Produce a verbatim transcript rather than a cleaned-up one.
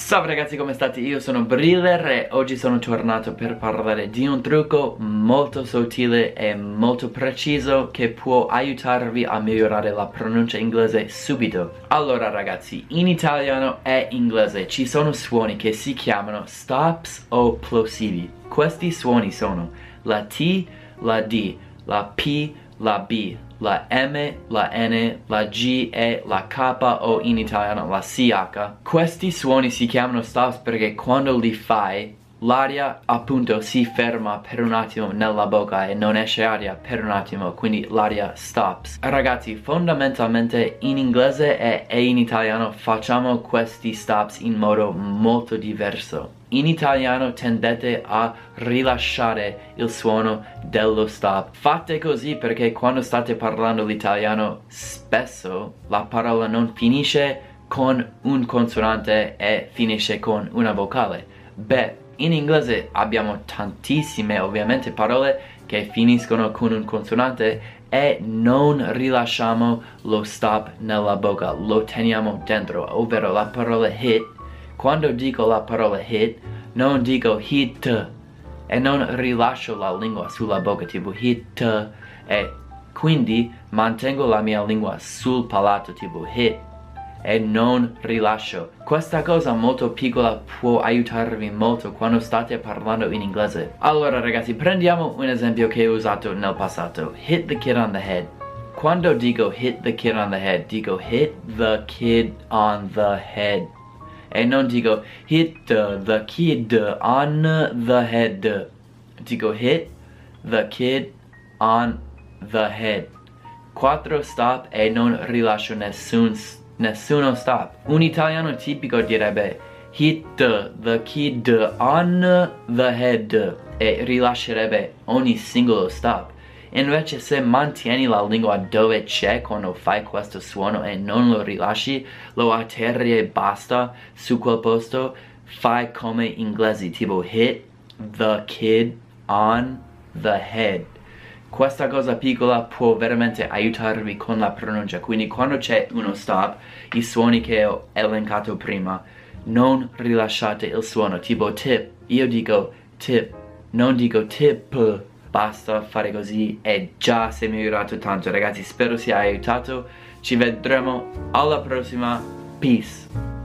Ciao ragazzi, come state? Io sono Briller e oggi sono tornato per parlare di un trucco molto sottile e molto preciso che può aiutarvi a migliorare la pronuncia inglese subito. Allora ragazzi, in italiano e inglese ci sono suoni che si chiamano stops o plosivi. Questi suoni sono la T, la D, la P, la B, la M, la N, la G e la K o in italiano la C H. Questi suoni si chiamano stops perché quando li fai l'aria appunto si ferma per un attimo nella bocca e non esce aria per un attimo, quindi l'aria stops. Ragazzi, fondamentalmente in inglese e, e in italiano facciamo questi stops in modo molto diverso. In italiano tendete a rilasciare il suono dello stop. Fate così perché quando state parlando l'italiano spesso la parola non finisce con un consonante e finisce con una vocale. Beh, in inglese abbiamo tantissime ovviamente parole che finiscono con un consonante e non rilasciamo lo stop nella bocca, lo teniamo dentro, ovvero la parola hit. Quando dico la parola hit non dico hit e non rilascio la lingua sulla bocca tipo hit e quindi mantengo la mia lingua sul palato tipo hit e non rilascio. Questa cosa molto piccola può aiutarvi molto quando state parlando in inglese. Allora ragazzi, prendiamo un esempio che ho usato nel passato. Hit the kid on the head. Quando dico hit the kid on the head, dico hit the kid on the head e non dico hit the kid on the head. Dico hit the kid on the head. Quattro stop e non rilascio nessun nessuno stop. Un italiano tipico direbbe hit the kid on the head e rilascerebbe ogni singolo stop. Invece se mantieni la lingua dove c'è quando fai questo suono e non lo rilasci, lo atterri e basta su quel posto, fai come inglesi tipo hit the kid on the head. Questa cosa piccola può veramente aiutarvi con la pronuncia, quindi quando c'è uno stop, i suoni che ho elencato prima, non rilasciate il suono, tipo tip, io dico tip, non dico tip, basta fare così e già si è migliorato tanto ragazzi, spero sia aiutato, ci vedremo alla prossima, peace!